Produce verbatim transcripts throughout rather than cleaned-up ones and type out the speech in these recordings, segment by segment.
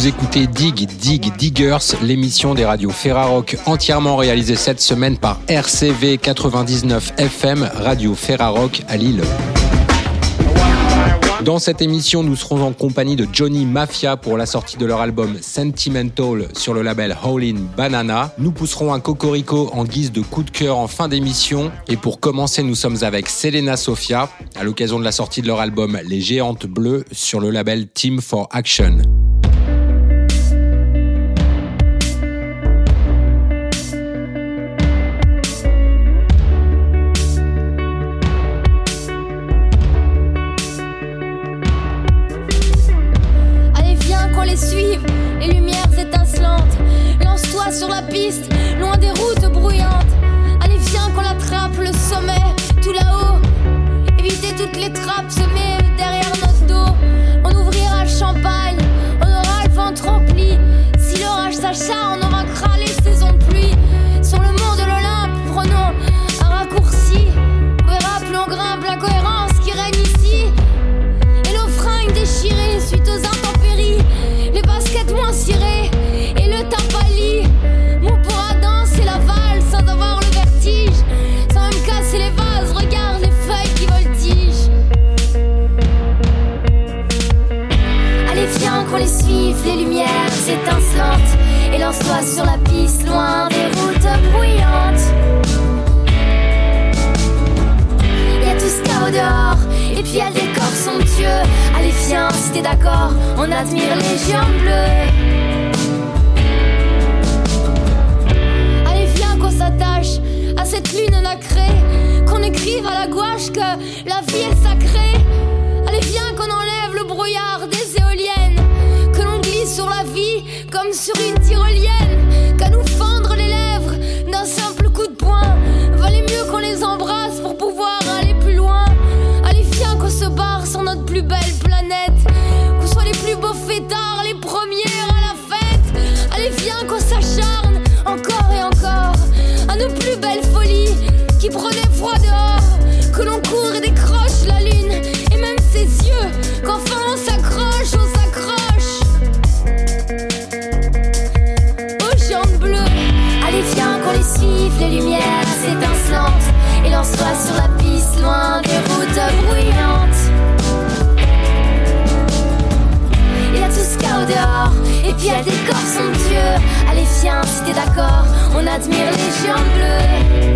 écoutez Dig, Dig, Diggers, l'émission des radios Ferrarock entièrement réalisée cette semaine par R C V quatre-vingt-dix-neuf F M, Radio Ferrarock à Lille. Dans cette émission, nous serons en compagnie de Johnny Mafia pour la sortie de leur album Sentimental sur le label Howlin' Banana. Nous pousserons un cocorico en guise de coup de cœur en fin d'émission. Et pour commencer, nous sommes avec Selena Sofia à l'occasion de la sortie de leur album Les Géantes Bleues sur le label Team for Action. Suivre les lumières étincelantes. Lance-toi sur la piste, loin des routes bruyantes. Allez, viens qu'on l'attrape, le sommet, tout là-haut. Éviter toutes les trappes semées derrière notre dos. On ouvrira le champagne, on aura le ventre rempli. Si l'orage s'acharne, on aura crâlé saison de pluie. Sur le mont de l'Olympe, prenons un raccourci. On verra plus on grimpe l'incohérence qui règne ici. Et nos fringues déchirées suite aux intempéries. Les baskets moins cirées et le tapali. Mon pourra danser la valse sans avoir le vertige. Sans même casser les vases, regarde les feuilles qui voltigent. Allez viens qu'on les suive, les lumières étincelantes. Et lance-toi sur la piste, loin des routes bruyantes. Y'a tout ce qu'il y a au dehors, et puis y'a le décor somptueux. Allez viens, si t'es d'accord, on admire les géants bleus. Allez viens qu'on s'attache à cette lune nacrée, qu'on écrive à la gouache que la vie est sacrée. Allez viens qu'on enlève le brouillard des éoliennes, que l'on glisse sur la vie comme sur une tyrolienne. Qu'à nous fendre les lèvres d'un simple coup de poing, valait mieux qu'on les embrasse pour pouvoir aller plus loin. Allez viens qu'on se barre sur notre plus belle planète, qu'on soit les plus beaux fêtards, les premiers à la fête. Allez viens qu'on s'acharne encore et encore à nos plus belles folies qui prenaient froid dehors, que l'on court et décroche la lune et même ses yeux, qu'enfin on s'accroche, on s'accroche aux géantes bleues. Allez viens qu'on les suive, les lumières étincelantes, et lance-toi sur la piste, loin des routes bruyantes. Y'a tout ce qu'il y a au dehors, et puis y'a le décor somptueux. Allez viens, si t'es d'accord, on admire les géants bleus.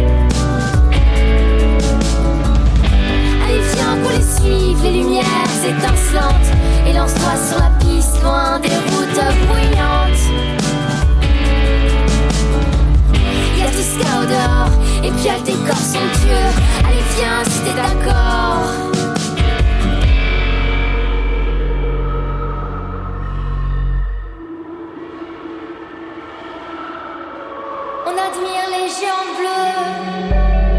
Allez viens qu'on les suive, les lumières étincelantes, et lance-toi sur la piste, loin des routes bruyantes. Y'a tout ce qu'il y a au dehors, et puis y'a le décor somptueux. Allez viens, si t'es d'accord. On admire les géants bleus.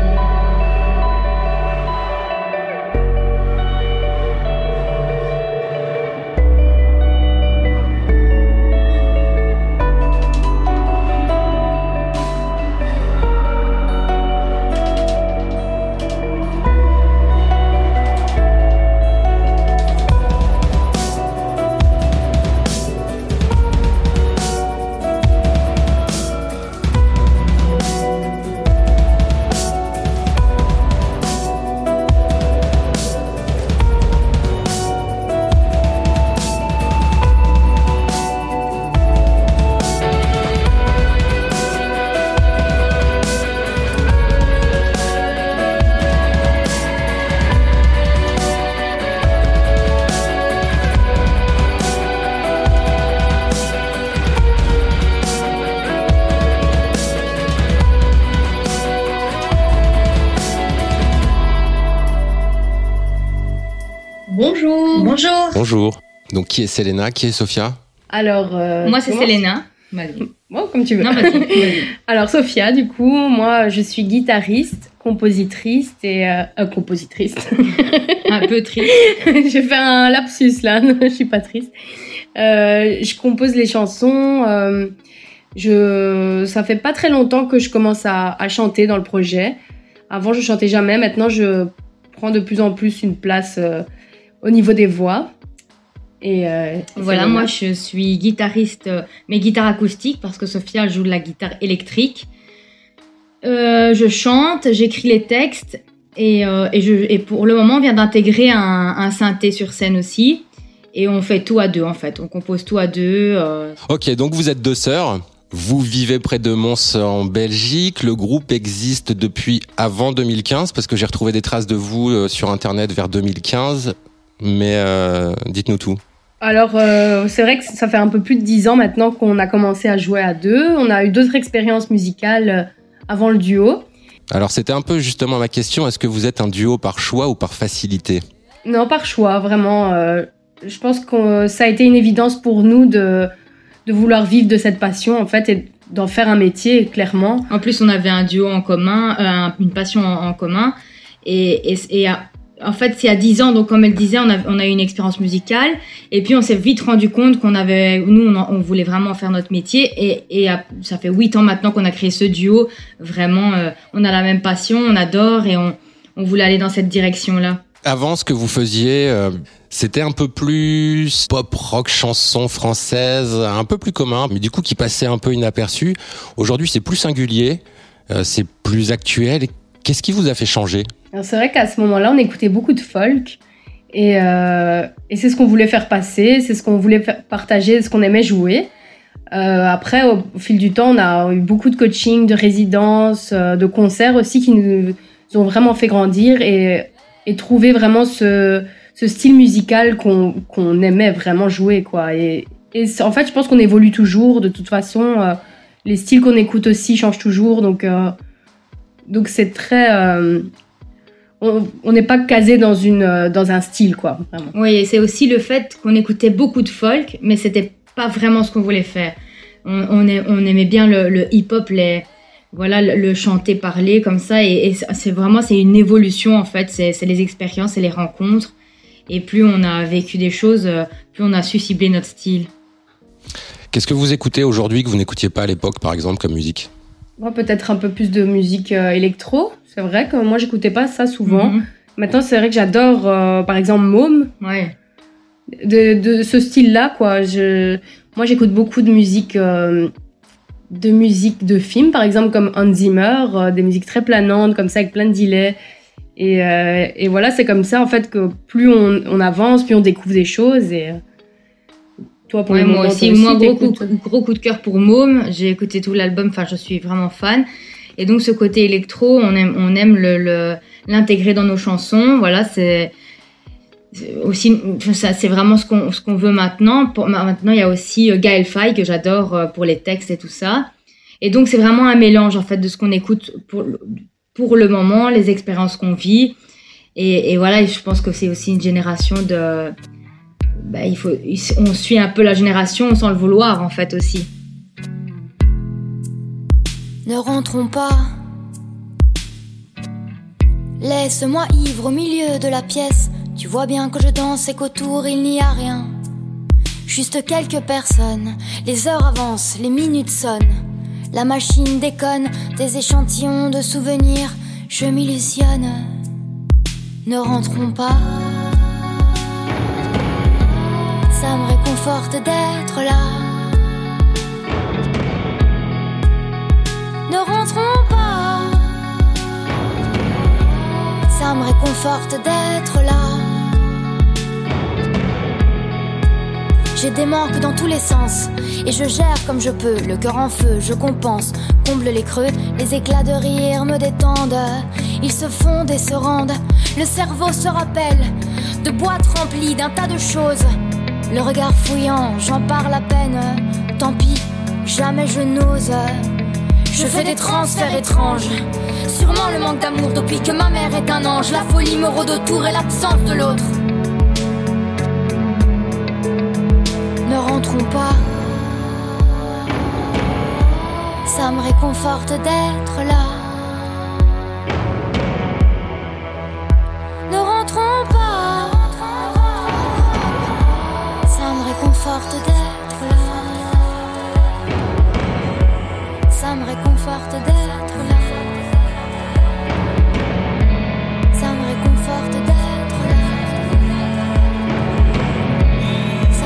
Bonjour. Bonjour. Bonjour. Donc qui est Selena, qui est Sofia ? Alors, euh, Moi, c'est comment... Selena. Vas-y. Bon, comme tu veux. Non, vas-y, vas-y. Alors, Sofia, du coup, moi, je suis guitariste, compositrice et... Euh, euh, compositrice. Un peu triste. J'ai fait un lapsus, là. Je suis pas triste. Euh, je compose les chansons. Euh, je... Ça fait pas très longtemps que je commence à, à chanter dans le projet. Avant, je chantais jamais. Maintenant, je prends de plus en plus une place euh, au niveau des voix. Et, euh, et voilà, moi je suis guitariste, euh, mais guitare acoustique, parce que Sophia joue de la guitare électrique. Euh, je chante, j'écris les textes, et, euh, et, je, et pour le moment, on vient d'intégrer un, un synthé sur scène aussi. Et on fait tout à deux, en fait. On compose tout à deux. Euh... Ok, donc vous êtes deux sœurs. Vous vivez près de Mons en Belgique. Le groupe existe depuis avant deux mille quinze, parce que j'ai retrouvé des traces de vous sur Internet vers deux mille quinze. Mais euh, dites-nous tout. Alors, euh, c'est vrai que ça fait un peu plus de dix ans maintenant qu'on a commencé à jouer à deux. On a eu d'autres expériences musicales avant le duo. Alors, c'était un peu justement ma question. Est-ce que vous êtes un duo par choix ou par facilité ? Non, par choix, vraiment. Euh, je pense que ça a été une évidence pour nous de, de vouloir vivre de cette passion, en fait, et d'en faire un métier, clairement. En plus, on avait un duo en commun, euh, une passion en, en commun. Et, et, et en fait, c'est à dix ans, donc comme elle disait, on a, on a eu une expérience musicale. Et puis, on s'est vite rendu compte qu'on avait, nous, on, on voulait vraiment faire notre métier. Et, et ça fait huit ans maintenant qu'on a créé ce duo. Vraiment, euh, on a la même passion, on adore et on, on voulait aller dans cette direction-là. Avant, ce que vous faisiez, euh, c'était un peu plus pop, rock, chanson française, un peu plus commun, mais du coup qui passait un peu inaperçu. Aujourd'hui, c'est plus singulier, euh, c'est plus actuel. Qu'est-ce qui vous a fait changer ? Alors, c'est vrai qu'à ce moment-là, on écoutait beaucoup de folk. Et, euh, et c'est ce qu'on voulait faire passer, c'est ce qu'on voulait faire partager, ce qu'on aimait jouer. Euh, après, au, au fil du temps, on a eu beaucoup de coaching, de résidences, euh, de concerts aussi qui nous ont vraiment fait grandir et, et trouver vraiment ce, ce style musical qu'on, qu'on aimait vraiment jouer, quoi. Et, et en fait, je pense qu'on évolue toujours. De toute façon, euh, les styles qu'on écoute aussi changent toujours. Donc, euh, donc c'est très... Euh, on n'est pas casé dans, une, dans un style, quoi, vraiment. Oui, et c'est aussi le fait qu'on écoutait beaucoup de folk, mais c'était pas vraiment ce qu'on voulait faire. On, on, est, on aimait bien le, le hip-hop, les, voilà, le, le chanter, parler, comme ça, et, et c'est vraiment, c'est une évolution, en fait, c'est, c'est les expériences et les rencontres, et plus on a vécu des choses, plus on a su cibler notre style. Qu'est-ce que vous écoutez aujourd'hui que vous n'écoutiez pas à l'époque, par exemple, comme musique ? Moi, peut-être un peu plus de musique euh, électro. C'est vrai que moi, j'écoutais pas ça souvent. Mm-hmm. Maintenant, c'est vrai que j'adore, euh, par exemple, Môme. Ouais. De, de ce style-là, quoi. Je, moi, j'écoute beaucoup de musique, euh, de musique de films, par exemple, comme Hans Zimmer, euh, des musiques très planantes, comme ça, avec plein de delays. Et, euh, et voilà, c'est comme ça, en fait, que plus on, on avance, plus on découvre des choses. Et euh, toi, pour ouais, le moi moment, aussi, aussi, moi, gros coup, gros coup de cœur pour Môme. J'ai écouté tout l'album, enfin, je suis vraiment fan. Et donc, ce côté électro, on aime, on aime le, le, l'intégrer dans nos chansons. Voilà, c'est, c'est aussi, ça, c'est vraiment ce qu'on, ce qu'on veut maintenant. Pour, maintenant, il y a aussi Gaël Faye, que j'adore pour les textes et tout ça. Et donc, c'est vraiment un mélange, en fait, de ce qu'on écoute pour, pour le moment, les expériences qu'on vit. Et, et voilà, je pense que c'est aussi une génération de, bah, il faut, on suit un peu la génération sans le vouloir, en fait, aussi. Ne rentrons pas. Laisse-moi ivre au milieu de la pièce. Tu vois bien que je danse et qu'autour il n'y a rien. Juste quelques personnes. Les heures avancent, les minutes sonnent. La machine déconne, des échantillons de souvenirs. Je m'illusionne. Ne rentrons pas. Ça me réconforte d'être là. Ne rentrons pas. Ça me réconforte d'être là. J'ai des manques dans tous les sens et je gère comme je peux. Le cœur en feu, je compense, comble les creux. Les éclats de rire me détendent. Ils se fondent et se rendent. Le cerveau se rappelle de boîtes remplies d'un tas de choses. Le regard fouillant, j'en parle à peine. Tant pis, jamais je n'ose. Je fais des transferts étranges. Sûrement le manque d'amour depuis que ma mère est un ange. La folie me rôde autour et l'absence de l'autre. Ne rentrons pas. Ça me réconforte d'être là. Ne rentrons pas. Ça me réconforte d'être là. Ça me réconforte d'être là. Ça me réconforte d'être là.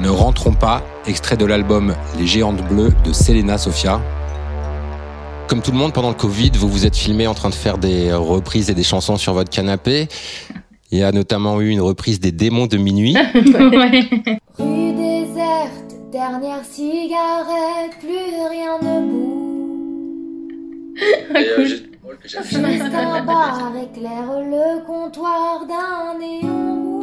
Ne rentrons pas, extrait de l'album Les Géantes Bleues de Selena Sofia. Comme tout le monde, pendant le Covid, vous vous êtes filmé en train de faire des reprises et des chansons sur votre canapé. Il y a notamment eu une reprise des Démons de minuit. Ouais. Rue déserte, dernière cigarette, plus rien ne bouge. Ah, cool. Juste un bar éclaire le comptoir d'un néon rouge.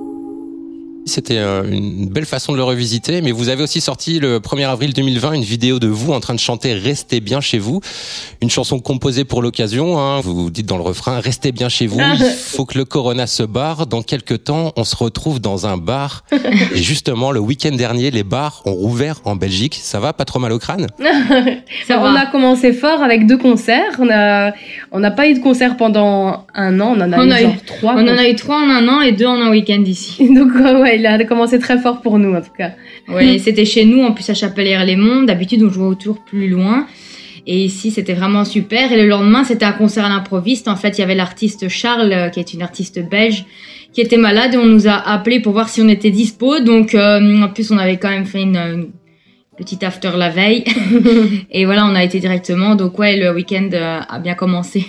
C'était une belle façon de le revisiter, mais vous avez aussi sorti le premier avril deux mille vingt une vidéo de vous en train de chanter « Restez bien chez vous », une chanson composée pour l'occasion. Hein. Vous dites dans le refrain « Restez bien chez vous, il faut que le corona se barre. Dans quelques temps, on se retrouve dans un bar. » Et justement, le week-end dernier, les bars ont rouvert en Belgique. Ça va, pas trop mal au crâne? Ça on va. A commencé fort avec deux concerts. On a, on n'a pas eu de concert pendant un an. On en a on eu a genre eu, trois. On en a eu trois en un an et deux en un week-end ici. Donc ouais, il a commencé très fort pour nous en tout cas. Oui, c'était chez nous, en plus à Chapelle-les-Monts. D'habitude, on jouait autour plus loin. Et ici, c'était vraiment super. Et le lendemain, c'était un concert à l'improviste. En fait, il y avait l'artiste Charles, qui est une artiste belge, qui était malade. Et on nous a appelés pour voir si on était dispo. Donc, euh, en plus, on avait quand même fait une, une petite after la veille. Et voilà, on a été directement. Donc, ouais, le week-end a bien commencé.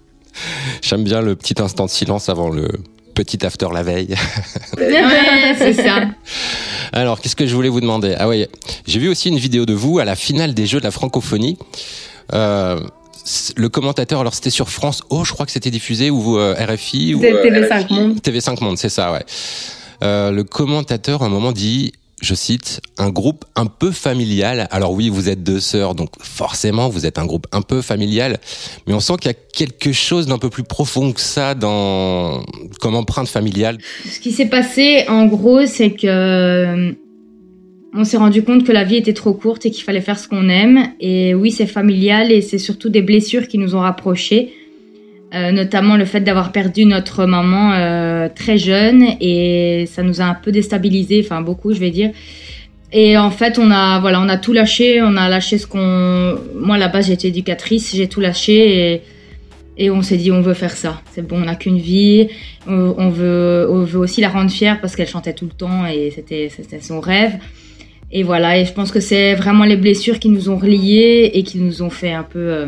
J'aime bien le petit instant de silence avant le petit after la veille. Ouais, c'est ça. Alors, qu'est-ce que je voulais vous demander? Ah oui, j'ai vu aussi une vidéo de vous à la finale des Jeux de la francophonie. Euh, le commentateur, alors c'était sur France O, je crois que c'était diffusé, ou euh, R F I, ou euh, T V cinq Monde. T V cinq Monde, c'est ça, ouais. Euh, le commentateur, à un moment, dit, je cite, un groupe un peu familial. Alors oui, vous êtes deux sœurs, donc forcément, vous êtes un groupe un peu familial. Mais on sent qu'il y a quelque chose d'un peu plus profond que ça dans comme empreinte familiale. Ce qui s'est passé, en gros, c'est que on s'est rendu compte que la vie était trop courte et qu'il fallait faire ce qu'on aime. Et oui, c'est familial et c'est surtout des blessures qui nous ont rapprochés. Euh, notamment le fait d'avoir perdu notre maman euh, très jeune et ça nous a un peu déstabilisés, enfin beaucoup je vais dire. Et en fait on a voilà on a tout lâché, on a lâché ce qu'on. Moi à la base j'étais éducatrice, j'ai tout lâché et et on s'est dit on veut faire ça. C'est bon, on n'a qu'une vie, on, on veut on veut aussi la rendre fière parce qu'elle chantait tout le temps et c'était c'était son rêve. Et voilà, et je pense que c'est vraiment les blessures qui nous ont reliés et qui nous ont fait un peu euh,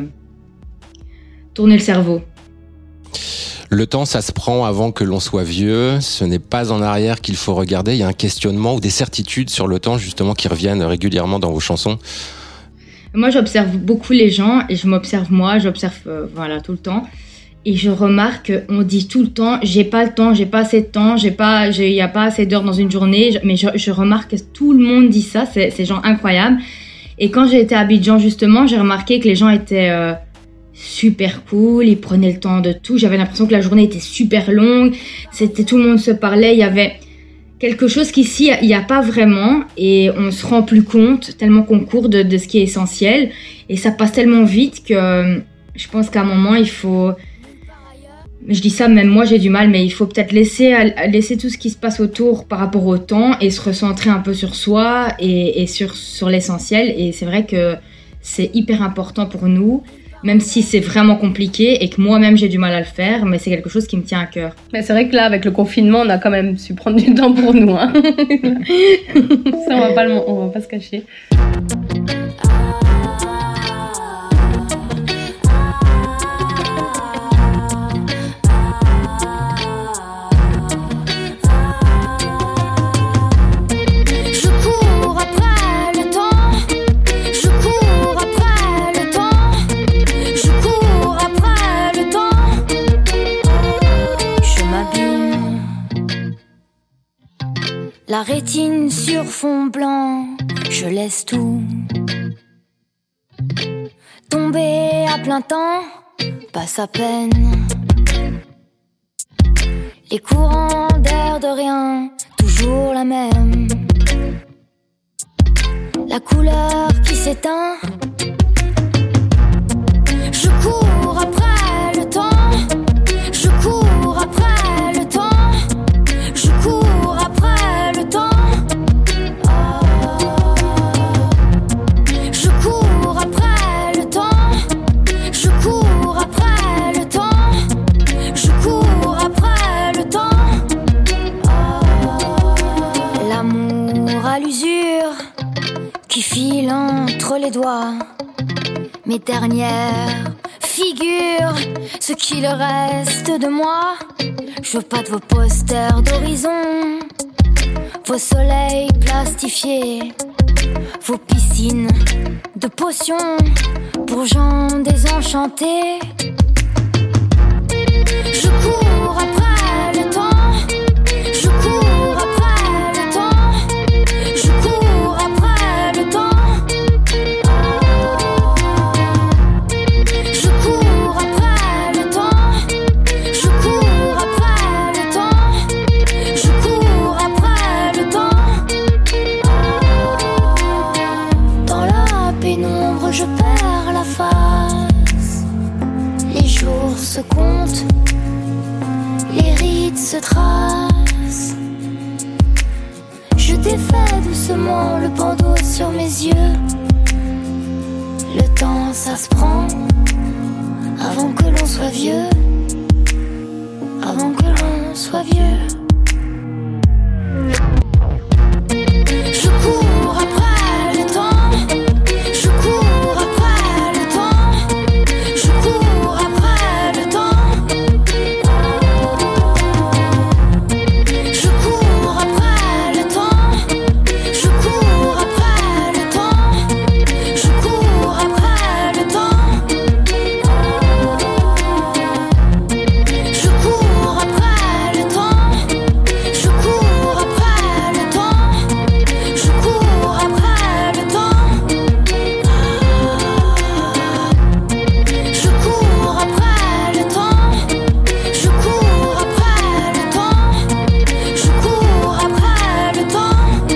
tourner le cerveau. Le temps, ça se prend avant que l'on soit vieux. Ce n'est pas en arrière qu'il faut regarder. Il y a un questionnement ou des certitudes sur le temps, justement, qui reviennent régulièrement dans vos chansons. Moi, j'observe beaucoup les gens et je m'observe moi. J'observe, euh, voilà, tout le temps. Et je remarque qu'on dit tout le temps, j'ai pas le temps, j'ai pas assez de temps, j'ai pas, il y a pas assez d'heures dans une journée. Mais je, je remarque que tout le monde dit ça. C'est, c'est genre incroyable. Et quand j'ai été à Abidjan, justement, j'ai remarqué que les gens étaient euh, super cool, ils prenaient le temps de tout. J'avais l'impression que la journée était super longue. C'était, tout le monde se parlait. Il y avait quelque chose qu'ici, il n'y a pas vraiment. Et on se rend plus compte tellement qu'on court de, de ce qui est essentiel. Et ça passe tellement vite que je pense qu'à un moment, il faut... Je dis ça, même moi, j'ai du mal, mais il faut peut-être laisser, laisser tout ce qui se passe autour par rapport au temps et se recentrer un peu sur soi et, et sur, sur l'essentiel. Et c'est vrai que c'est hyper important pour nous, même si c'est vraiment compliqué et que moi-même, j'ai du mal à le faire, mais c'est quelque chose qui me tient à cœur. Mais c'est vrai que là, avec le confinement, on a quand même su prendre du temps pour nous. Hein. Ça, on va pas le, on va pas se cacher. La rétine sur fond blanc, je laisse tout tomber à plein temps, passe à peine. Les courants d'air de rien, toujours la même. La couleur qui s'éteint. Je cours après le temps, je cours après le temps, je cours après le temps. Je cours après le temps, je cours après le temps, je cours après le temps. L'amour à l'usure les doigts mes dernières figures, ce qu'il reste de moi. Je veux pas de vos posters d'horizon, vos soleils plastifiés, vos piscines de potions pour gens désenchantés. Je cours après le temps, je cours après le temps, je cours après le temps. Je cours après le temps, je cours après le temps, je cours après le temps. Dans la pénombre, je perds la face. Les jours se comptent, les rides se tracent. Je défais doucement le bandeau sur mes yeux. Le temps, ça se prend avant que l'on soit vieux, avant que l'on soit vieux. Je cours après le temps, je cours après le temps, je cours après le temps. Je cours après le temps, je cours après le temps, je cours après le temps. Je cours après le temps, je cours après le temps, je cours après le temps. Je cours après le temps, je cours après le temps, je cours après le temps.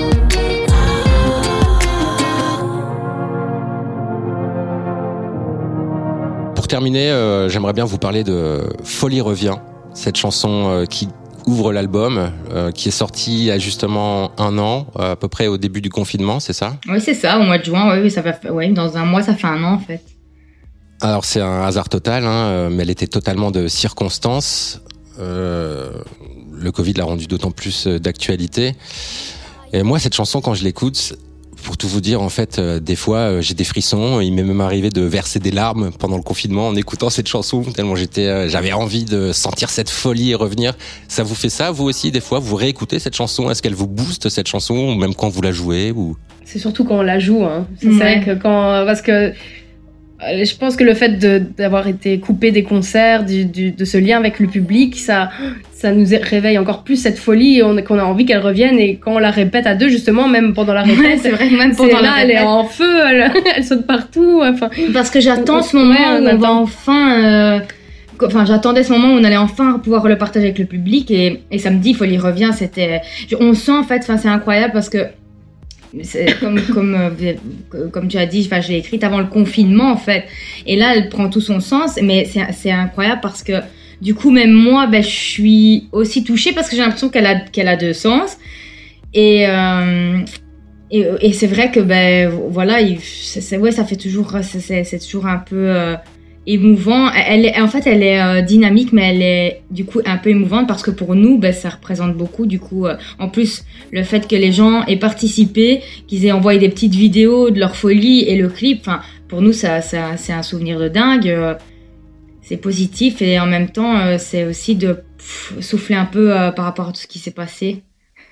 Pour terminer, euh, j'aimerais bien vous parler de Folie revient, cette chanson euh, qui ouvre l'album, euh, qui est sortie il y a justement un an, euh, à peu près au début du confinement, c'est ça ? Oui, c'est ça, au mois de juin, oui, oui, ça va, ouais, dans un mois, ça fait un an en fait. Alors c'est un hasard total, hein, euh, mais elle était totalement de circonstance. Euh, le Covid l'a rendue d'autant plus euh, d'actualité. Et moi, cette chanson, quand je l'écoute, pour tout vous dire, en fait, euh, des fois, euh, j'ai des frissons. Il m'est même arrivé de verser des larmes pendant le confinement en écoutant cette chanson, tellement j'étais, euh, j'avais envie de sentir cette folie et revenir. Ça vous fait ça, vous aussi, des fois, vous réécoutez cette chanson ? Est-ce qu'elle vous booste, cette chanson, ou même quand vous la jouez ou... C'est surtout quand on la joue, hein. C'est Ouais. vrai que quand, parce que euh, je pense que le fait de, d'avoir été coupé des concerts, du, du, de ce lien avec le public, ça, ça nous réveille encore plus cette folie, on, qu'on a envie qu'elle revienne, et quand on la répète à deux, justement, même pendant la Ouais, répète, c'est vrai, même c'est pendant là, la elle est répète. en feu, elle, elle saute partout, enfin. Parce que j'attends ce moment Ouais, on où on attend. va enfin... euh, qu- Enfin, j'attendais ce moment où on allait enfin pouvoir le partager avec le public, et, et samedi, Folie revient, c'était... On sent, en fait, enfin, c'est incroyable parce que c'est comme, comme, euh, comme tu as dit, enfin, je l'ai écrite avant le confinement, en fait. Et là, elle prend tout son sens, mais c'est, c'est incroyable parce que, du coup, même moi, ben, je suis aussi touchée parce que j'ai l'impression qu'elle a, qu'elle a deux sens. Et... Euh, Et, et c'est vrai que ben voilà, il, c'est, c'est, ouais, ça fait toujours, c'est, c'est, c'est toujours un peu euh, émouvant. Elle est, en fait, elle est euh, dynamique, mais elle est du coup un peu émouvante parce que pour nous, ben ça représente beaucoup. Du coup, euh, en plus, le fait que les gens aient participé, qu'ils aient envoyé des petites vidéos de leur folie et le clip, enfin, pour nous, ça, ça, c'est un souvenir de dingue. Euh, c'est positif et en même temps, euh, c'est aussi de pff, souffler un peu euh, par rapport à tout ce qui s'est passé.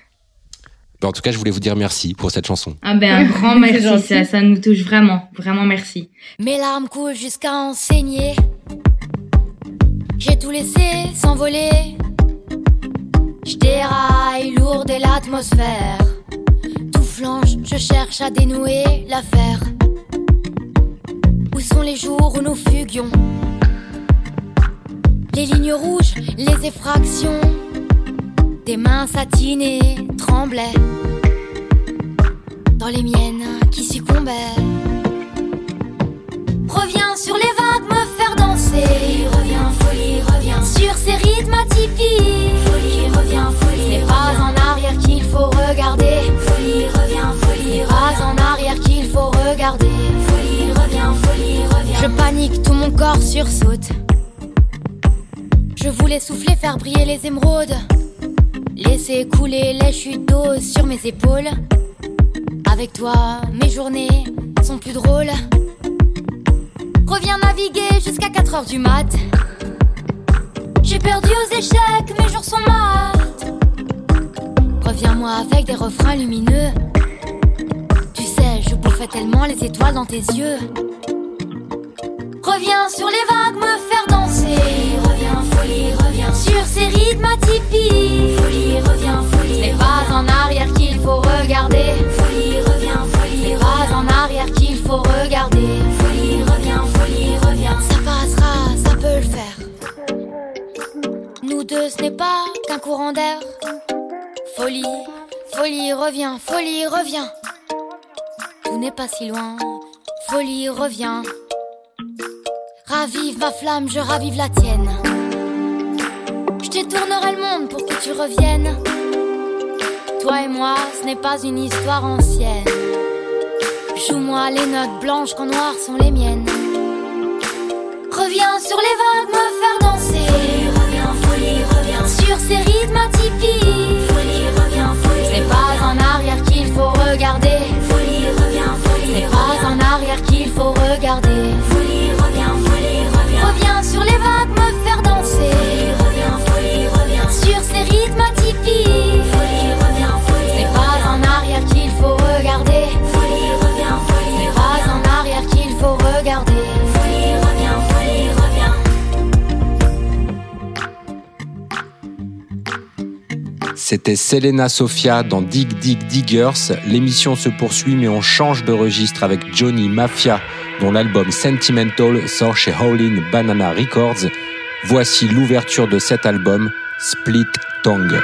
En tout cas, je voulais vous dire merci pour cette chanson. Ah ben un grand C'est merci, gentil. ça, ça nous touche vraiment, vraiment merci. Mes larmes coulent jusqu'à enseigner. J'ai tout laissé s'envoler. Je déraille, lourde est l'atmosphère. Tout flanche, je cherche à dénouer l'affaire. Où sont les jours où nous fuguions? Les lignes rouges, les effractions. Tes mains satinées tremblaient dans les miennes qui succombaient. Reviens sur les vagues me faire danser. Folie, reviens, folie, reviens. Sur ces rythmes atypiques. Folie, reviens, folie, reviens. Pas en arrière qu'il faut regarder. Folie, reviens, folie, reviens. Pas en arrière qu'il faut regarder. Folie, reviens, folie, reviens. Je panique, tout mon corps sursaute. Je voulais souffler, faire briller les émeraudes. Laisser couler les chutes d'eau sur mes épaules. Avec toi, mes journées sont plus drôles. Reviens naviguer jusqu'à quatre heures du mat. J'ai perdu aux échecs, mes jours sont mat. Reviens-moi avec des refrains lumineux. Tu sais, je bouffais tellement les étoiles dans tes yeux. Reviens sur les vagues me faire danser. Reviens, folie, reviens sur ces rythmes atypiques. Folie, reviens, folie. Ce n'est pas en arrière qu'il faut regarder. Folie, reviens, folie. Ce n'est pas en arrière qu'il faut regarder. Folie, reviens, folie, reviens. Ça passera, ça peut le faire. Nous deux, ce n'est pas qu'un courant d'air. Folie, folie, reviens, folie, reviens. Tout n'est pas si loin. Folie, reviens. Ravive ma flamme, je ravive la tienne. Je détournerai le monde pour que tu reviennes. Toi et moi, ce n'est pas une histoire ancienne. Joue-moi les notes blanches quand noires sont les miennes. Reviens sur les vagues me faire danser. Folie, reviens, folie, reviens sur ces rythmes atypiques. Folie, reviens, folie. Ce n'est pas en arrière qu'il faut regarder. Folie, reviens, folie. Ce n'est pas en arrière qu'il faut regarder. Folie, reviens, folie, reviens. Reviens sur les vagues me faire danser. Folie, reviens, folie, reviens sur ces rythmes atypiques. Folie, reviens, folie. Ce n'est pas en arrière qu'il faut regarder. Folie, reviens, folie. Ce n'est pas en arrière qu'il faut regarder. Folie, reviens, folie, reviens. C'était Selena Sofia dans Dig Dig Diggers. L'émission se poursuit mais on change de registre avec Johnny Mafia dont l'album Sentimental sort chez Howlin' Banana Records. Voici l'ouverture de cet album, Split Tongue.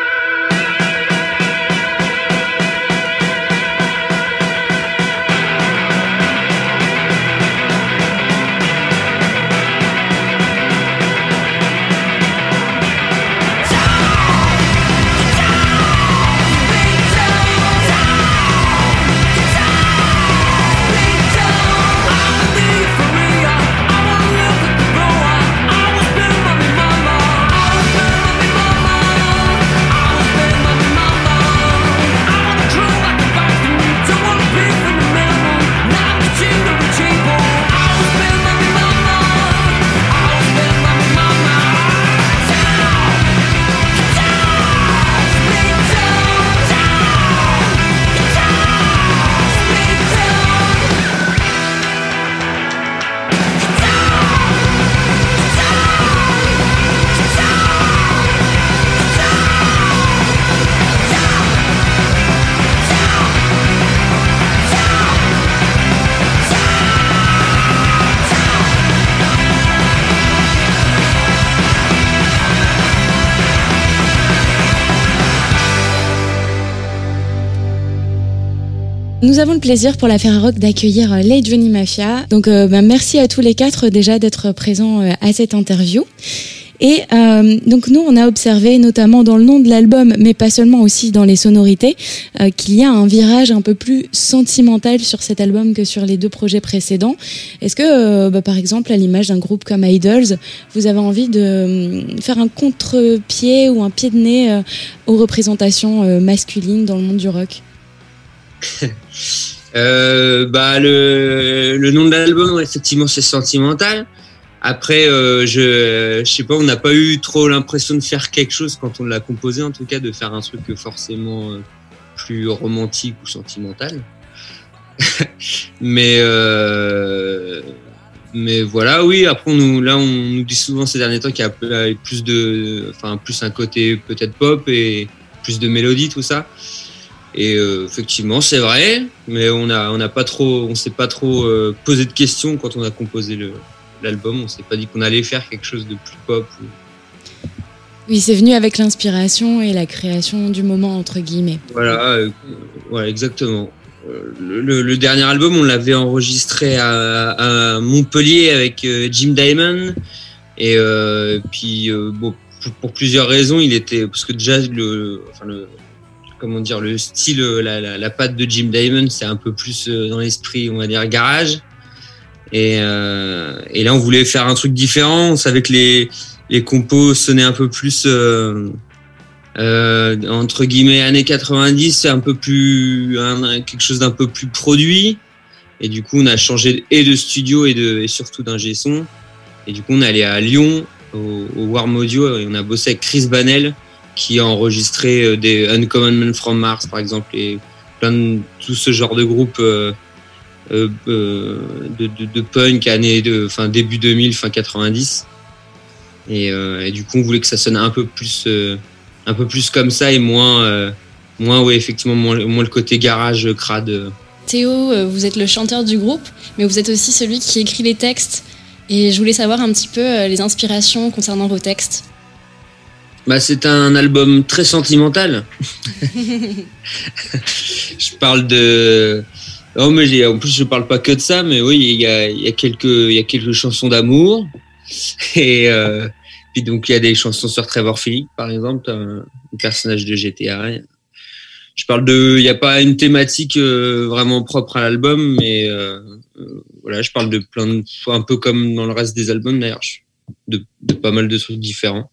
Nous avons le plaisir pour l'affaire rock d'accueillir les Johnny Mafia. Donc euh, bah, merci à tous les quatre déjà d'être présents euh, à cette interview. Et euh, donc nous, on a observé notamment dans le nom de l'album, mais pas seulement, aussi dans les sonorités, euh, qu'il y a un virage un peu plus sentimental sur cet album que sur les deux projets précédents. Est-ce que, euh, bah, par exemple, à l'image d'un groupe comme Idols, vous avez envie de euh, faire un contre-pied ou un pied de nez euh, aux représentations euh, masculines dans le monde du rock ? euh, bah le, le nom de l'album, effectivement, c'est Sentimental. Après, euh, je, je sais pas, on n'a pas eu trop l'impression de faire quelque chose quand on l'a composé, en tout cas, de faire un truc forcément plus romantique ou sentimental. mais, euh, mais voilà, oui. Après, on nous, là, on nous dit souvent ces derniers temps qu'il y a plus de, enfin, plus un côté peut-être pop et plus de mélodie, tout ça. Et euh, effectivement, c'est vrai, mais on a, on n'a pas trop, on s'est pas trop euh, posé de questions quand on a composé le. l'album, on s'est pas dit qu'on allait faire quelque chose de plus pop. Ou... Oui, c'est venu avec l'inspiration et la création du moment, entre guillemets. Voilà, euh, voilà exactement. Euh, le, le dernier album, on l'avait enregistré à, à Montpellier avec euh, Jim Diamond. Et euh, puis, euh, bon, pour, pour plusieurs raisons, il était... Parce que déjà, le, enfin le, comment dire, le style, la, la, la patte de Jim Diamond, c'est un peu plus euh, dans l'esprit, on va dire, garage. Et, euh, et là, on voulait faire un truc différent. On savait que les, les compos sonnaient un peu plus, euh, euh, entre guillemets, années quatre-vingt-dix, c'est un peu plus, un, quelque chose d'un peu plus produit. Et du coup, on a changé et de studio et, de, et surtout d'ingé son. Et du coup, on est allé à Lyon, au, au Warm Audio, et on a bossé avec Chris Banel, qui a enregistré des Uncommon Men from Mars, par exemple, et plein de tout ce genre de groupe euh, euh, de, de, de punk, année de, fin, début deux mille, fin quatre-vingt-dix. Et, euh, et du coup, on voulait que ça sonne un peu plus, euh, un peu plus comme ça et moins, euh, moins, ouais, effectivement, moins, moins le côté garage crade. Théo, vous êtes le chanteur du groupe, mais vous êtes aussi celui qui écrit les textes. Et je voulais savoir un petit peu les inspirations concernant vos textes. Bah, c'est un album très sentimental. Je parle de... Oh, mais j'ai... En plus, je parle pas que de ça, mais oui, il y a, il y a quelques, il y a quelques chansons d'amour. Et euh... puis donc, il y a des chansons sur Trevor Phillips, par exemple, un personnage de G T A. Je parle de... Il n'y a pas une thématique euh, vraiment propre à l'album, mais euh, euh, voilà, je parle de plein de... Un peu comme dans le reste des albums, d'ailleurs, de, de pas mal de trucs différents.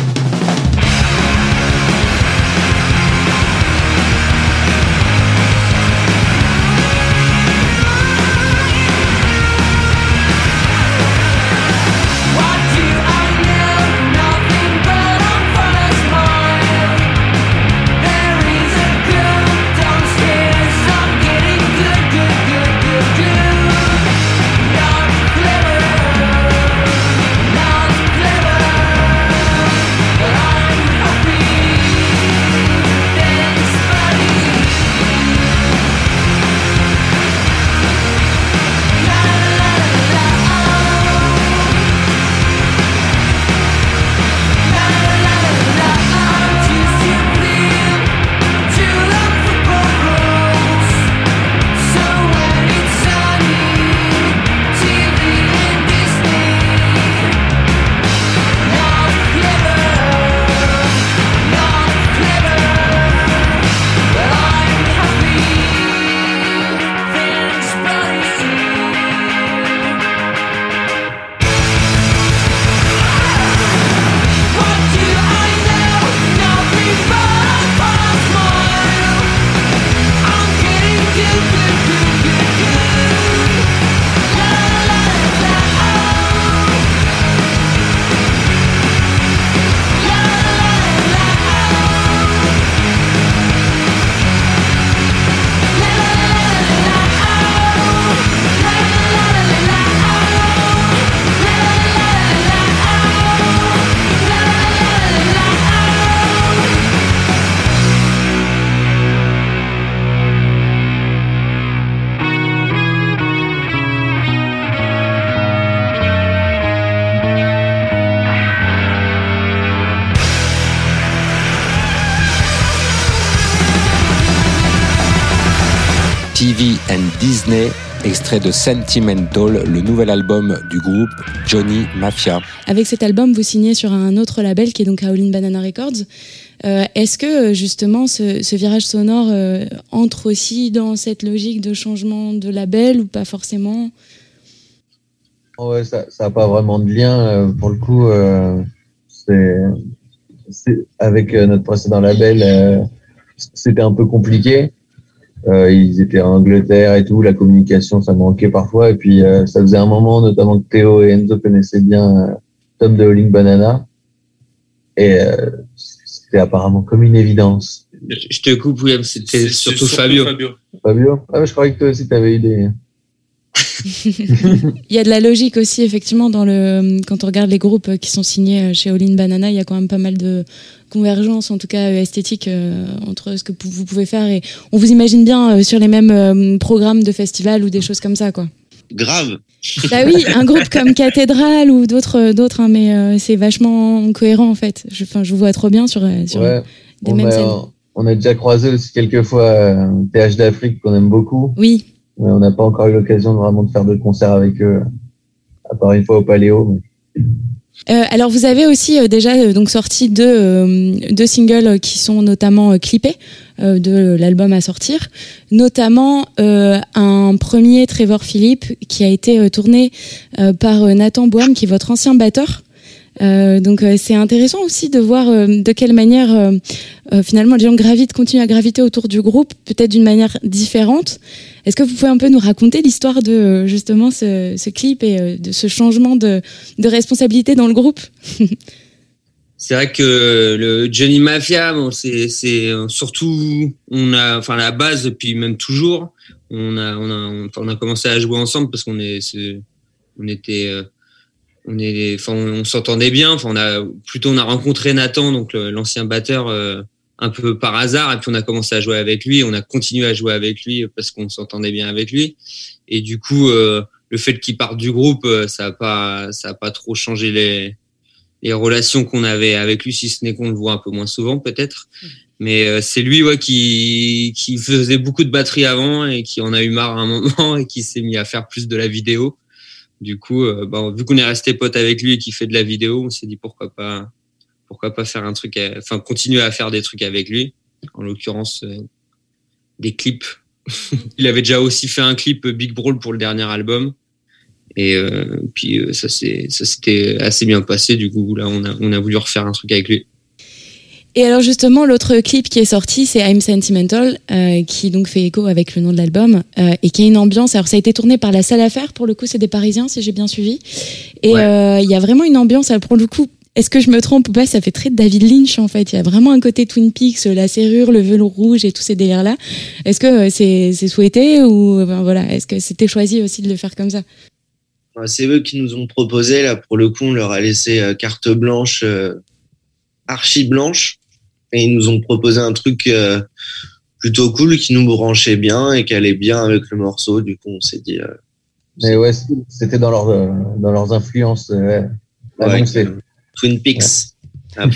T V and Disney, extrait de Sentimental, le nouvel album du groupe Johnny Mafia. Avec cet album, vous signez sur un autre label qui est donc Howlin' Banana Records. Euh, est-ce que justement ce, ce virage sonore euh, entre aussi dans cette logique de changement de label ou pas forcément ? Ouais, ça n'a pas vraiment de lien. Euh, pour le coup, euh, c'est, c'est, avec euh, notre précédent label, euh, c'était un peu compliqué. Euh, ils étaient en Angleterre et tout, la communication, ça manquait parfois. Et puis, euh, ça faisait un moment, notamment que Théo et Enzo connaissaient bien euh, Tom de Howlin' Banana. Et euh, c'était apparemment comme une évidence. Je te coupe, William, c'était C'est, surtout, c'est surtout Fabio. Fabio. Fabio ? Ah, je croyais que toi aussi, t'avais eu des... Il y a de la logique aussi, effectivement, dans le, quand on regarde les groupes qui sont signés chez Howlin' Banana, il y a quand même pas mal de convergence, en tout cas esthétique, euh, entre ce que vous pouvez faire. Et on vous imagine bien euh, sur les mêmes euh, programmes de festivals ou des choses comme ça, quoi. Grave. Bah oui, un groupe comme Cathédrale ou d'autres, d'autres hein, mais euh, c'est vachement cohérent, en fait. Je, enfin, je vous vois trop bien sur, sur Ouais, des on mêmes a, scènes. on a déjà croisé aussi quelques fois euh, T H d'Afrique qu'on aime beaucoup. Oui. Mais on n'a pas encore eu l'occasion de vraiment de faire de concerts avec eux, à part une fois au Paléo. Mais... Euh, alors vous avez aussi euh, déjà euh, donc sorti deux, euh, deux singles qui sont notamment euh, clippés euh, de l'album à sortir, notamment euh, un premier Trevor Phillips qui a été euh, tourné euh, par euh, Nathan Boham, qui est votre ancien batteur. Euh, donc euh, c'est intéressant aussi de voir euh, de quelle manière euh, euh, finalement les gens gravitent, continuent à graviter autour du groupe, peut-être d'une manière différente. Est-ce que vous pouvez un peu nous raconter l'histoire de euh, justement ce, ce clip et euh, de ce changement de, de responsabilité dans le groupe? C'est vrai que le Johnny Mafia, bon, c'est, c'est surtout, on a, enfin, la base, puis même toujours, on a, on a, on a commencé à jouer ensemble parce qu'on est, c'est, on était, on est, enfin, on s'entendait bien. Enfin, on a, plutôt, on a rencontré Nathan, donc l'ancien batteur, euh, un peu par hasard, et puis on a commencé à jouer avec lui. On a continué à jouer avec lui parce qu'on s'entendait bien avec lui. Et du coup, euh, le fait qu'il parte du groupe, ça a pas, ça a pas trop changé les les relations qu'on avait avec lui, si ce n'est qu'on le voit un peu moins souvent peut-être. Mais euh, c'est lui ouais, qui, qui faisait beaucoup de batterie avant et qui en a eu marre à un moment et qui s'est mis à faire plus de la vidéo. Du coup, euh, bah, vu qu'on est resté potes avec lui et qu'il fait de la vidéo, on s'est dit pourquoi pas, pourquoi pas faire un truc, à, enfin continuer à faire des trucs avec lui. En l'occurrence, euh, des clips. Il avait déjà aussi fait un clip Big Brawl pour le dernier album. Et euh, puis euh, ça c'est ça s'était assez bien passé. Du coup là on a on a voulu refaire un truc avec lui. Et alors justement l'autre clip qui est sorti c'est I'm Sentimental euh, qui donc fait écho avec le nom de l'album euh, et qui a une ambiance. Alors ça a été tourné par la Salle à Faire, pour le coup c'est des Parisiens si j'ai bien suivi. Et il ouais. euh, y a vraiment une ambiance. Alors, pour le coup, est-ce que je me trompe ou pas, ça fait très David Lynch en fait. Il y a vraiment un côté Twin Peaks, la serrure, le velours rouge et tous ces délires là. Est-ce que c'est c'est souhaité ou ben, voilà, est-ce que c'était choisi aussi de le faire comme ça? C'est eux qui nous ont proposé, là, pour le coup, on leur a laissé euh, carte blanche, euh, archi blanche, et ils nous ont proposé un truc euh, plutôt cool qui nous branchait bien et qui allait bien avec le morceau. Du coup, on s'est dit. Euh, Mais ouais, c'était dans, leur, euh, dans leurs influences. Euh, ouais, c'est... Twin Peaks. Ouais.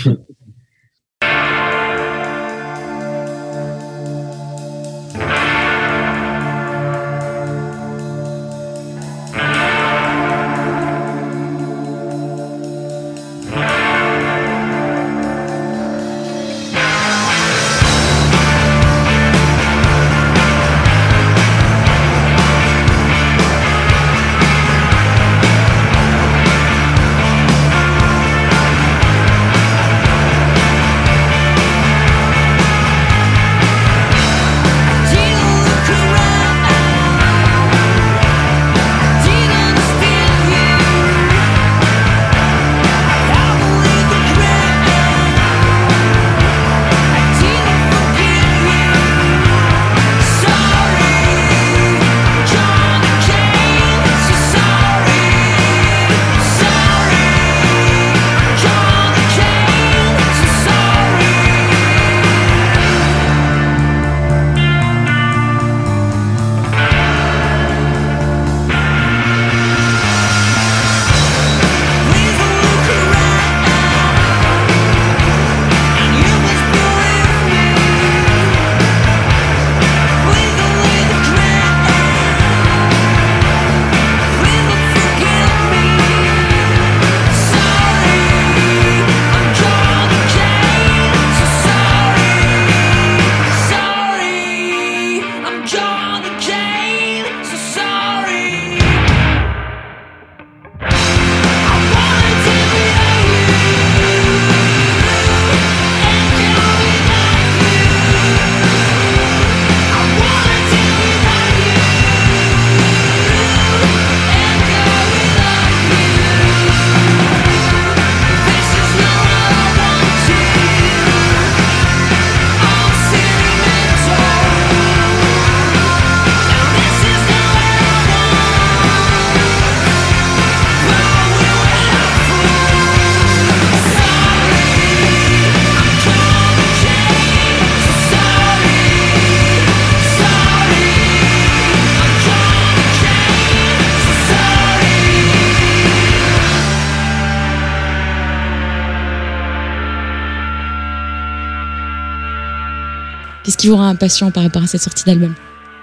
Qu'est-ce qui vous rend impatient par rapport à cette sortie d'album?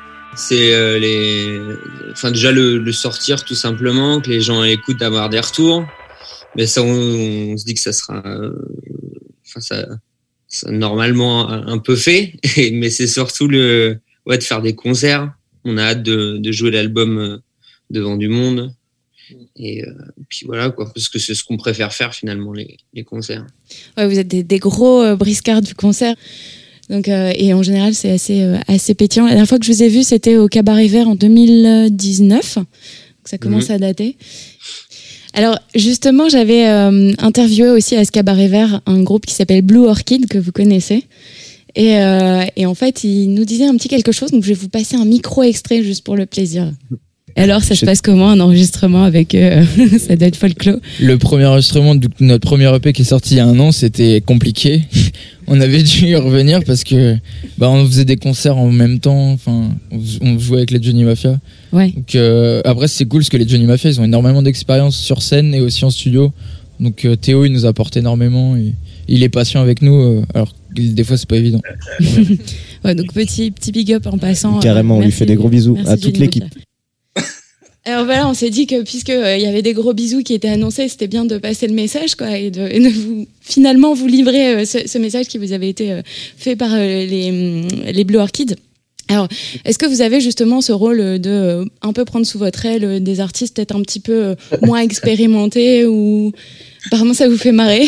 C'est euh, les, enfin déjà le, le sortir tout simplement, que les gens écoutent, d'avoir des retours. Mais ça, on, on se dit que ça sera, euh, enfin ça, ça normalement un, un peu fait. Mais c'est surtout le, ouais, de faire des concerts. On a hâte de, de jouer l'album devant du monde. Et euh, puis voilà, quoi, parce que c'est ce qu'on préfère faire finalement, les, les concerts. Ouais, vous êtes des, des gros euh, briscards du concert. Donc, euh, et en général, c'est assez, euh, assez pétillant. La dernière fois que je vous ai vu, c'était au Cabaret Vert en deux mille dix-neuf. Donc ça commence mmh. à dater. Alors, justement, j'avais euh, interviewé aussi à ce Cabaret Vert un groupe qui s'appelle Blue Orchid, que vous connaissez. Et, euh, et en fait, il nous disait un petit quelque chose. Donc, je vais vous passer un micro-extrait juste pour le plaisir. Et alors, ça se passe comment, un enregistrement avec eux? Ça doit être folklore. Le premier enregistrement de notre premier E P qui est sorti il y a un an, c'était compliqué. On avait dû y revenir parce que bah, on faisait des concerts en même temps. Enfin, on jouait avec les Johnny Mafia. Ouais. Donc, euh, après, c'est cool parce que les Johnny Mafia, ils ont énormément d'expérience sur scène et aussi en studio. Donc, euh, Théo, il nous apporte énormément. Et il est patient avec nous. Euh, alors, des fois, c'est pas évident. Ouais, donc, petit, petit big up en passant. Carrément, euh, on lui fait des gros bisous à toute Johnny l'équipe. Mafia. Alors voilà, on s'est dit que puisque euh, il y avait des gros bisous qui étaient annoncés, c'était bien de passer le message, quoi, et de, et de vous finalement vous livrer euh, ce, ce message qui vous avait été euh, fait par euh, les les Blue Orchid. Alors, est-ce que vous avez justement ce rôle de euh, un peu prendre sous votre aile euh, des artistes peut-être un petit peu euh, moins expérimentés ou apparemment ça vous fait marrer?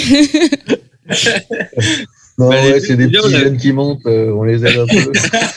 Non, bah, ouais, c'est des petits jeunes qui montent, euh, on les aide un peu.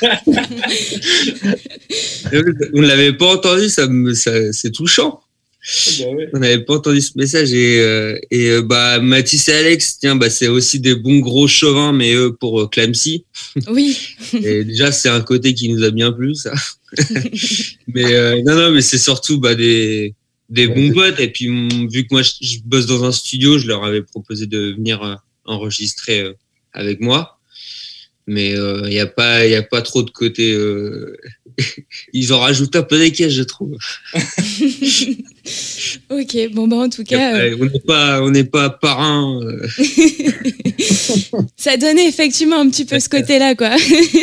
On ne l'avait pas entendu, ça, me, ça c'est touchant. Bah ouais. On n'avait pas entendu ce message. Et, euh, et euh, bah, Mathis et Alex, tiens, bah, c'est aussi des bons gros chauvins, mais eux pour euh, Clamsy. Oui. Et déjà, c'est un côté qui nous a bien plu, ça. mais euh, non, non, mais c'est surtout bah, des, des bons potes. Et puis, vu que moi, je, je bosse dans un studio, je leur avais proposé de venir euh, enregistrer euh, avec moi, mais il euh, n'y a pas, il y a pas trop de côté. Euh... Ils en rajoutent un peu des caisses, je trouve. Ok, bon bah en tout cas, euh... on n'est pas, on n'est pas parrain. Euh... Ça donnait effectivement un petit peu ce côté-là, quoi.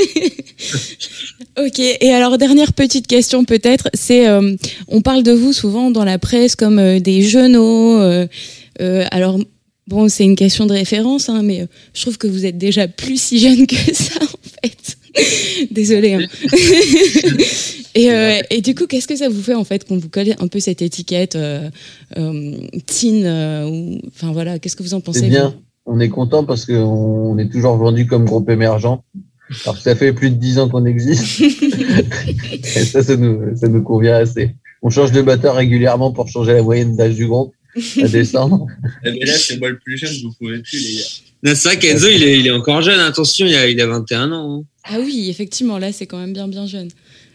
Ok, et alors dernière petite question peut-être, c'est, euh, on parle de vous souvent dans la presse comme euh, des jeuneaux. Euh, euh, alors bon, c'est une question de référence, hein, mais je trouve que vous êtes déjà plus si jeune que ça, en fait. Désolée. Hein. et, euh, et du coup, qu'est-ce que ça vous fait, en fait, qu'on vous colle un peu cette étiquette euh, euh, teen euh, ou... Enfin, voilà, qu'est-ce que vous en pensez? C'est bien. On est content parce qu'on est toujours vendu comme groupe émergent. Alors que ça fait plus de dix ans qu'on existe. Et ça, ça nous, ça nous convient assez. On change de batteur régulièrement pour changer la moyenne d'âge du groupe. À descendre. Mais là, c'est moi le plus jeune, vous pouvez plus, les gars. Non, c'est vrai qu'Enzo, il est, il est encore jeune, attention, il a, il a vingt et un ans. Hein. Ah oui, effectivement, là, c'est quand même bien, bien jeune.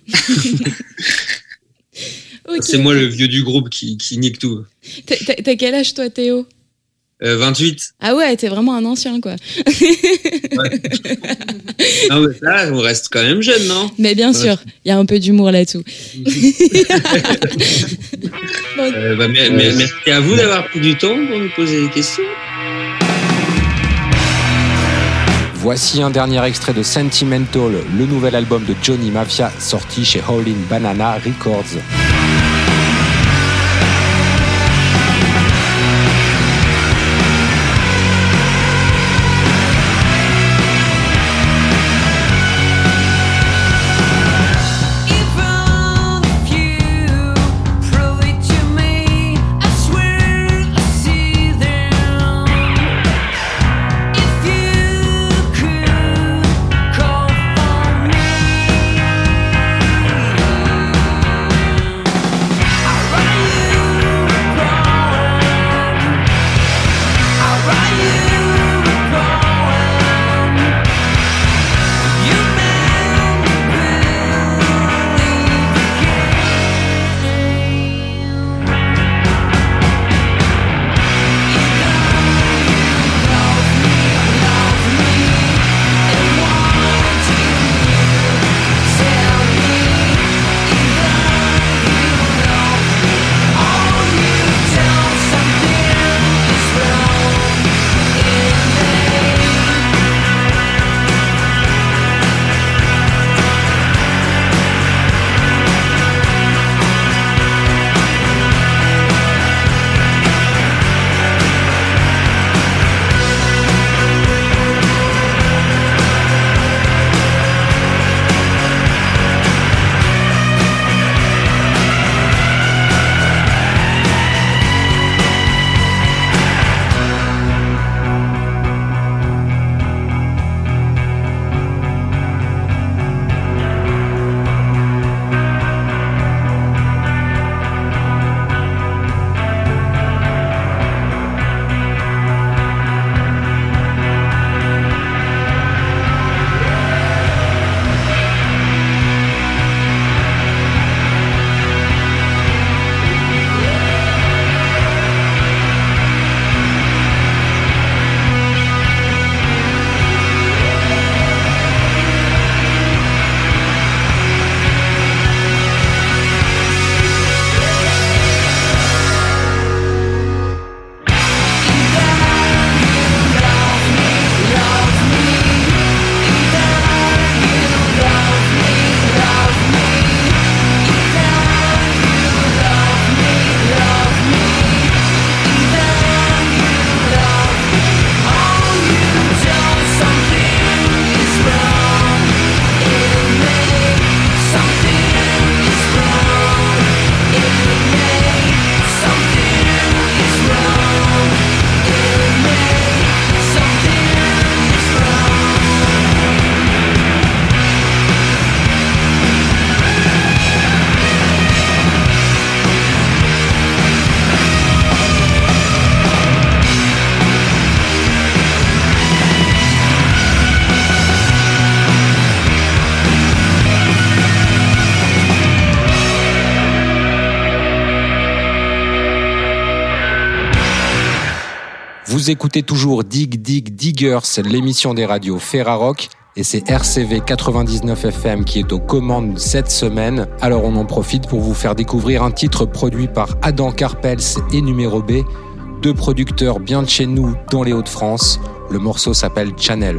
Okay. C'est moi le vieux du groupe qui, qui nique tout. T'as, t'as quel âge, toi, Théo? euh, vingt-huit. Ah ouais, t'es vraiment un ancien, quoi. Ouais. Non, mais là, on reste quand même jeune, non? Mais bien ouais. sûr, il y a un peu d'humour là-dessous. Bon. euh, bah, mais, mais, merci à vous d'avoir pris du temps pour nous poser des questions. Voici un dernier extrait de Sentimental, le nouvel album de Johnny Mafia sorti chez Howlin' Banana Records. Vous écoutez toujours Dig Dig Diggers, l'émission des radios Ferrarock, et c'est R C V quatre-vingt-dix-neuf F M qui est aux commandes cette semaine. Alors on en profite pour vous faire découvrir un titre produit par Adam Karpels et Numéro B, deux producteurs bien de chez nous dans les Hauts-de-France. Le morceau s'appelle Channel.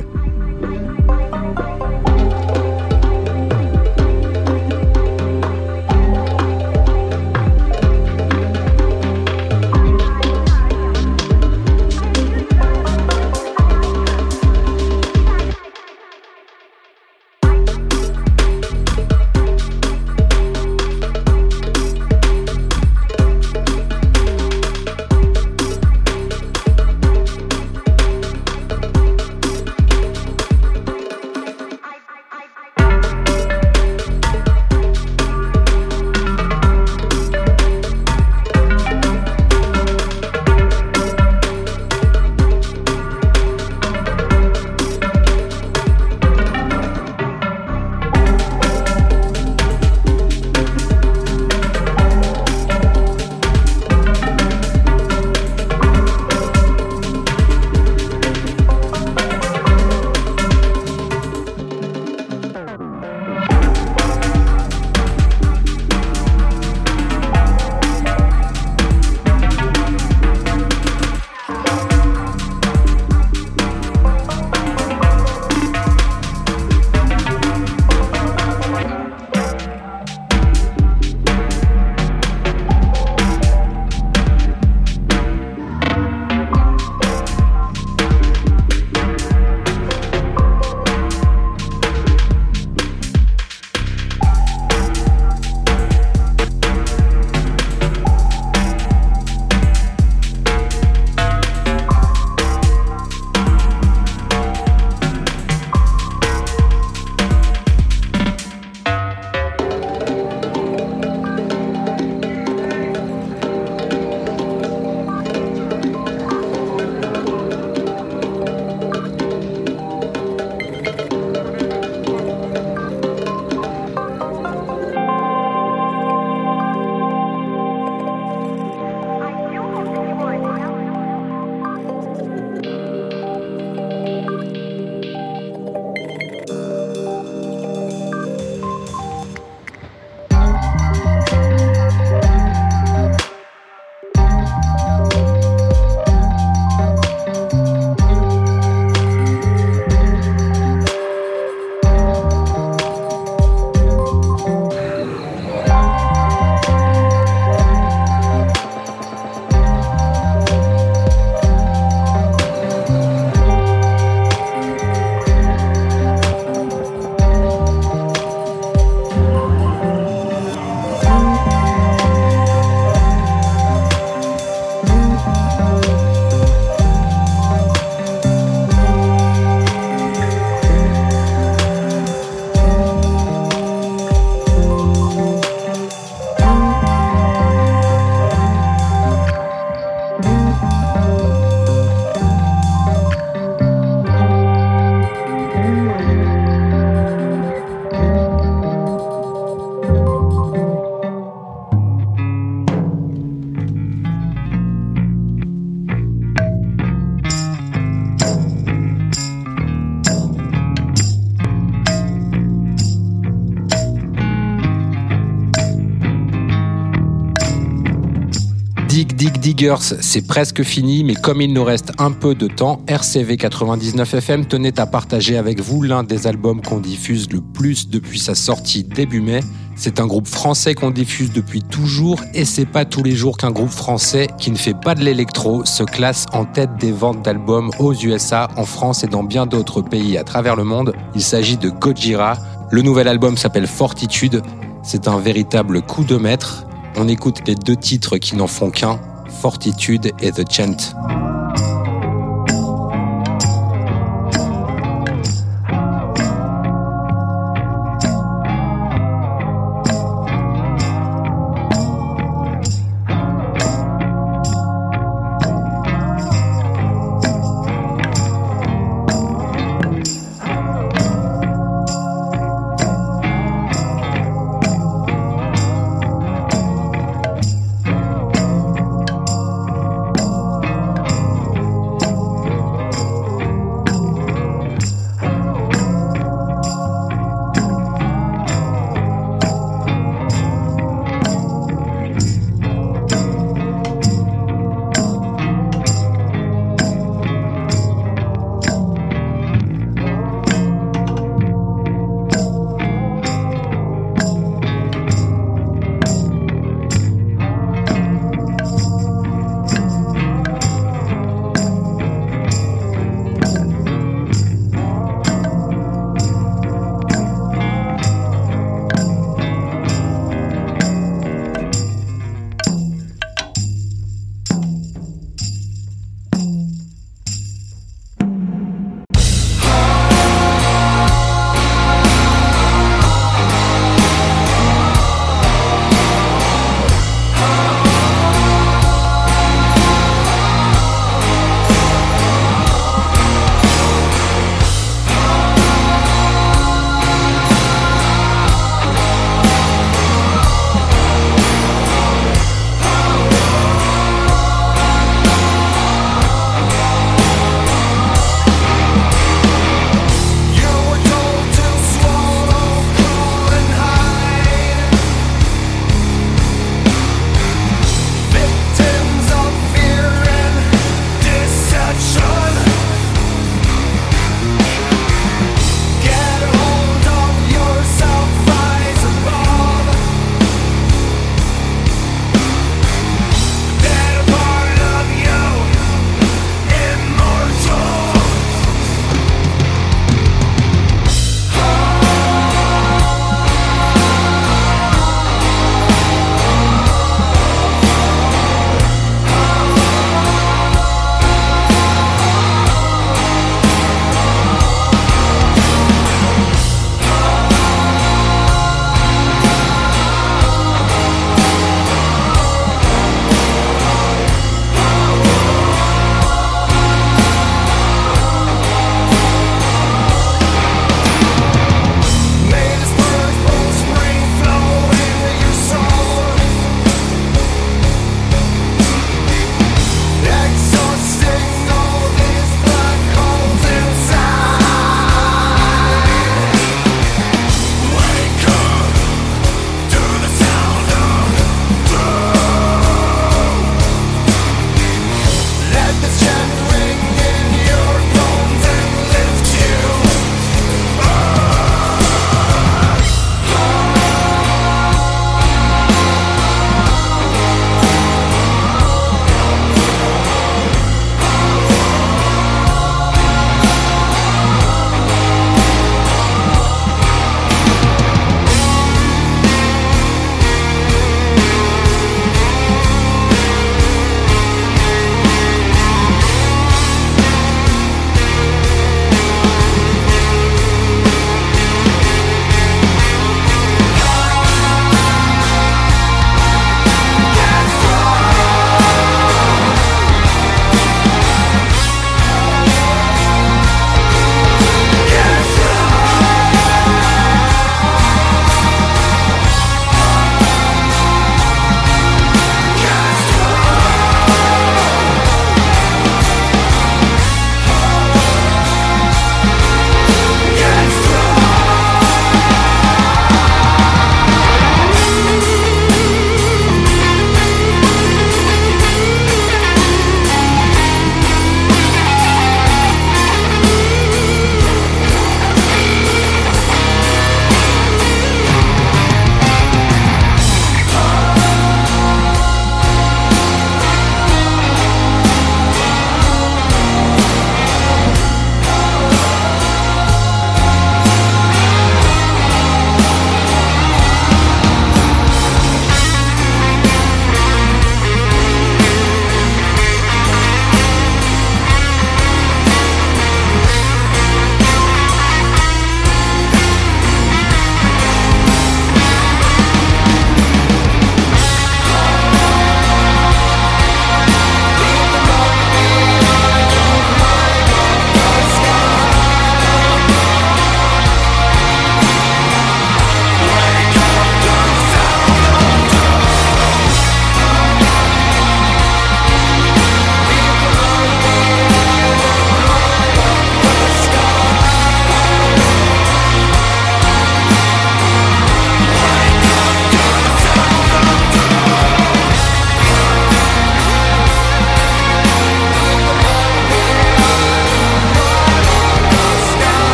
Dig Dig Diggers, c'est presque fini, mais comme il nous reste un peu de temps, R C V quatre-vingt-dix-neuf F M tenait à partager avec vous l'un des albums qu'on diffuse le plus depuis sa sortie début mai. C'est un groupe français qu'on diffuse depuis toujours, et c'est pas tous les jours qu'un groupe français qui ne fait pas de l'électro se classe en tête des ventes d'albums aux U S A, en France et dans bien d'autres pays à travers le monde. Il s'agit de Gojira. Le nouvel album s'appelle Fortitude. C'est un véritable coup de maître. On écoute les deux titres qui n'en font qu'un, Fortitude et The Chant.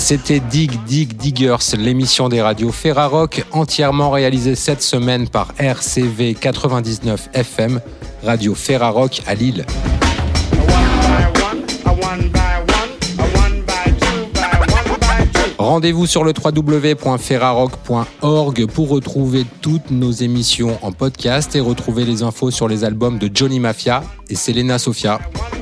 C'était Dig Dig Diggers, l'émission des radios Ferrarock, entièrement réalisée cette semaine par R C V quatre-vingt-dix-neuf F M, Radio Ferrarock à Lille. Rendez-vous sur le w w w point ferrarock point org pour retrouver toutes nos émissions en podcast et retrouver les infos sur les albums de Johnny Mafia et Selena Sofia.